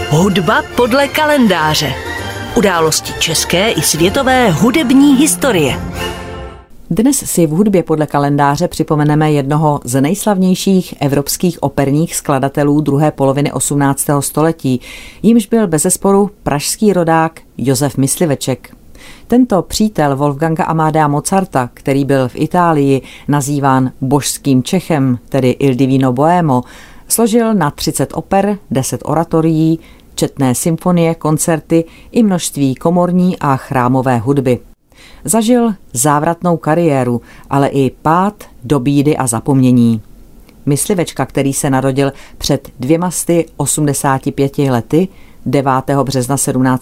Hudba podle kalendáře. Události české i světové hudební historie. Dnes si v hudbě podle kalendáře připomeneme jednoho z nejslavnějších evropských operních skladatelů druhé poloviny 18. století, jímž byl bezesporu pražský rodák Josef Mysliveček. Tento přítel Wolfganga Amadea Mozarta, který byl v Itálii nazýván božským Čechem, tedy Il Divino Boemo, složil na 30 oper, 10 oratorií, četné symfonie, koncerty i množství komorní a chrámové hudby. Zažil závratnou kariéru, ale i pád do bídy a zapomnění. Myslivečka, který se narodil před 285 lety, 9. března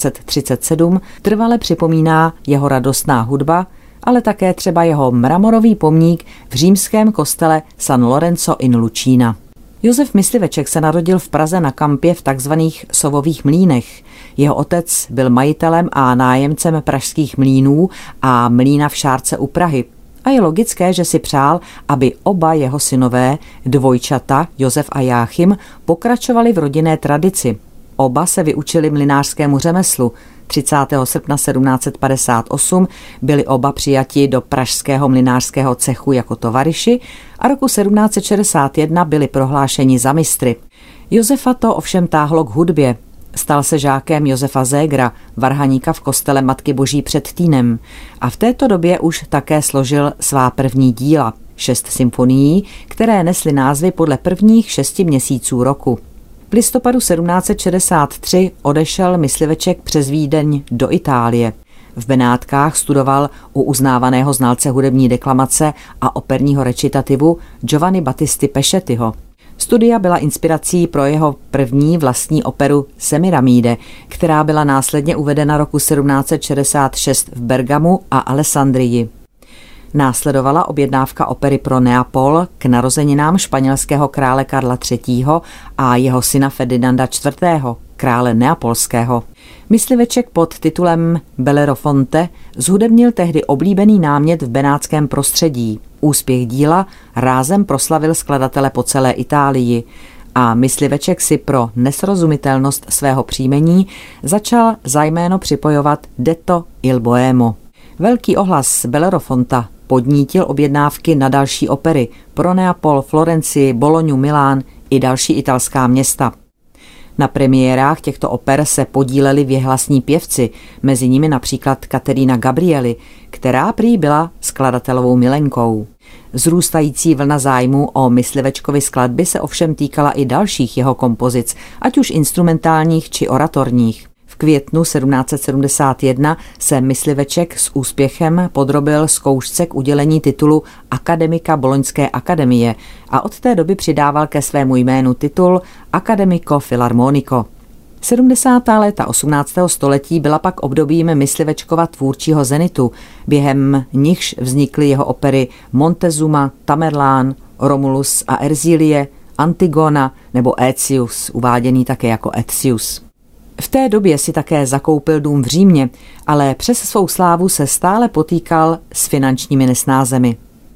1737, trvale připomíná jeho radostná hudba, ale také třeba jeho mramorový pomník v římském kostele San Lorenzo in Lucina. Josef Mysliveček se narodil v Praze na Kampě v takzvaných Sovových mlýnech. Jeho otec byl majitelem a nájemcem pražských mlýnů a mlýna v Šárce u Prahy. A je logické, že si přál, aby oba jeho synové, dvojčata Josef a Jáchym, pokračovali v rodinné tradici. Oba se vyučili mlynářskému řemeslu. 30. srpna 1758 byli oba přijati do pražského mlynářského cechu jako tovaryši a roku 1761 byli prohlášeni za mistry. Josefa to ovšem táhlo k hudbě. Stal se žákem Josefa Zégra, varhaníka v kostele Matky Boží před Týnem, a v této době už také složil svá první díla, 6 symfonií, které nesly názvy podle prvních 6 měsíců roku. V listopadu 1763 odešel Mysliveček přes Vídeň do Itálie. V Benátkách studoval u uznávaného znalce hudební deklamace a operního recitativu Giovanni Battisti Peschettiho. Studia byla inspirací pro jeho první vlastní operu Semiramide, která byla následně uvedena roku 1766 v Bergamu a Alessandrii. Následovala objednávka opery pro Neapol k narozeninám španělského krále Karla III. A jeho syna Ferdinanda IV., krále neapolského. Mysliveček pod titulem Bellerofonte zhudebnil tehdy oblíbený námět v benátském prostředí. Úspěch díla rázem proslavil skladatele po celé Itálii a Mysliveček si pro nesrozumitelnost svého příjmení začal za jméno připojovat Detto il Boemo. Velký ohlas Bellerofonta podnítil objednávky na další opery pro Neapol, Florencii, Bolognu, Milán i další italská města. Na premiérách těchto oper se podíleli věhlasní pěvci, mezi nimi například Caterina Gabrieli, která prý byla skladatelovou milenkou. Zrůstající vlna zájmu o Myslivečkovy skladby se ovšem týkala i dalších jeho kompozic, ať už instrumentálních či oratorních. V květnu 1771 se Mysliveček s úspěchem podrobil zkoušce k udělení titulu akademika Boloňské akademie a od té doby přidával ke svému jménu titul Academico Filharmonico. 70. léta 18. století byla pak obdobím Myslivečkova tvůrčího zenitu, během nichž vznikly jeho opery Montezuma, Tamerlán, Romulus a Erzílie, Antigona nebo Écius, uváděný také jako Etzius. V té době si také zakoupil dům v Římě, ale přes svou slávu se stále potýkal s finančními nesnázemi.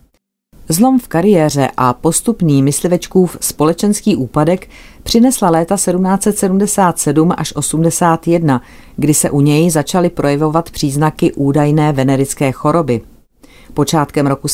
Zlom v kariéře a postupný Myslivečkův společenský úpadek přinesla léta 1777 až 81, kdy se u něj začaly projevovat příznaky údajné venerické choroby. Počátkem roku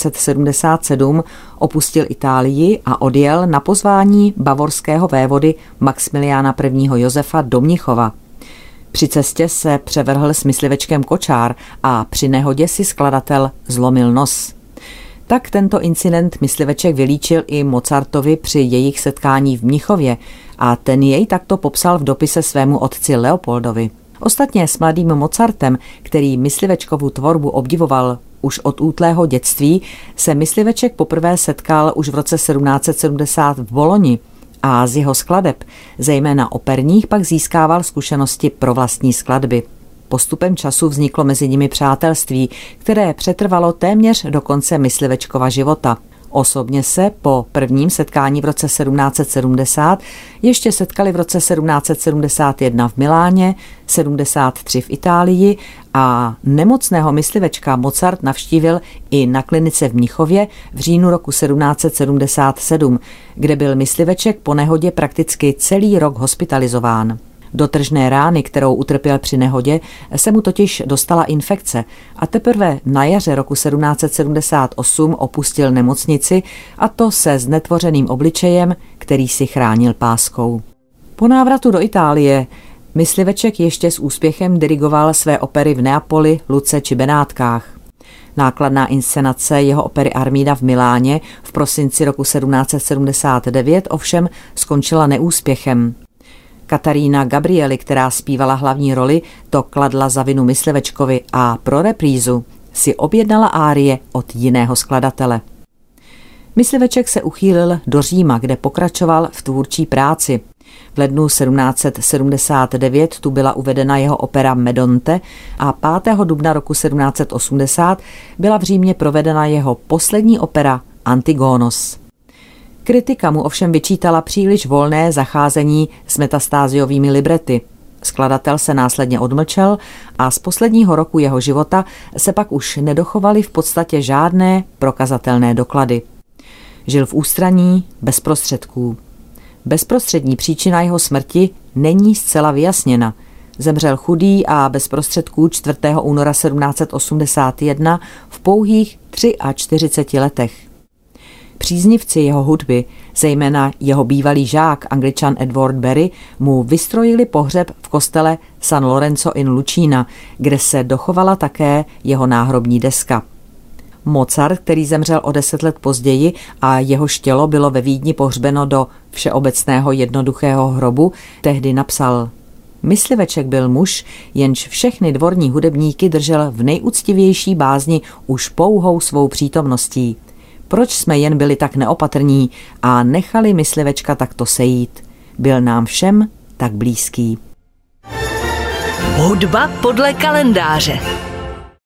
1777 opustil Itálii a odjel na pozvání bavorského vévody Maxmiliána I. Josefa do Mnichova. Při cestě se převrhl s Myslivečkem kočár a při nehodě si skladatel zlomil nos. Tak tento incident Mysliveček vylíčil i Mozartovi při jejich setkání v Mnichově a ten jej takto popsal v dopise svému otci Leopoldovi. Ostatně s mladým Mozartem, který Myslivečkovu tvorbu obdivoval už od útlého dětství, se Mysliveček poprvé setkal už v roce 1770 v Boloni a z jeho skladeb, zejména operních, pak získával zkušenosti pro vlastní skladby. Postupem času vzniklo mezi nimi přátelství, které přetrvalo téměř do konce Myslivečkova života. Osobně se po prvním setkání v roce 1770 ještě setkali v roce 1771 v Miláně, 73 v Itálii a nemocného Myslivečka Mozart navštívil i na klinice v Mnichově v říjnu roku 1777, kde byl Mysliveček po nehodě prakticky celý rok hospitalizován. Do tržné rány, kterou utrpěl při nehodě, se mu totiž dostala infekce a teprve na jaře roku 1778 opustil nemocnici, a to se znetvořeným obličejem, který si chránil páskou. Po návratu do Itálie Mysliveček ještě s úspěchem dirigoval své opery v Neapoli, Lucce či Benátkách. Nákladná inscenace jeho opery Armída v Miláně v prosinci roku 1779 ovšem skončila neúspěchem. Katarína Gabrieli, která zpívala hlavní roli, to kladla za vinu Myslivečkovi a pro reprízu si objednala árie od jiného skladatele. Mysliveček se uchýlil do Říma, kde pokračoval v tvůrčí práci. V lednu 1779 tu byla uvedena jeho opera Medonte a 5. dubna roku 1780 byla v Římě provedena jeho poslední opera Antigónos. Kritika mu ovšem vyčítala příliš volné zacházení s metastáziovými librety. Skladatel se následně odmlčel a z posledního roku jeho života se pak už nedochovaly v podstatě žádné prokazatelné doklady. Žil v ústraní bez prostředků. Bezprostřední příčina jeho smrti není zcela vyjasněna. Zemřel chudý a bez prostředků 4. února 1781 v pouhých 43 letech. Příznivci jeho hudby, zejména jeho bývalý žák Angličan Edward Berry, mu vystrojili pohřeb v kostele San Lorenzo in Lucina, kde se dochovala také jeho náhrobní deska. Mozart, který zemřel o 10 let později a jehož tělo bylo ve Vídni pohřbeno do všeobecného jednoduchého hrobu, tehdy napsal: Mysliveček byl muž, jenž všechny dvorní hudebníky držel v nejúctivější bázni už pouhou svou přítomností. Proč jsme jen byli tak neopatrní a nechali Myslivečka takto sejít? Byl nám všem tak blízký. Hudba podle kalendáře.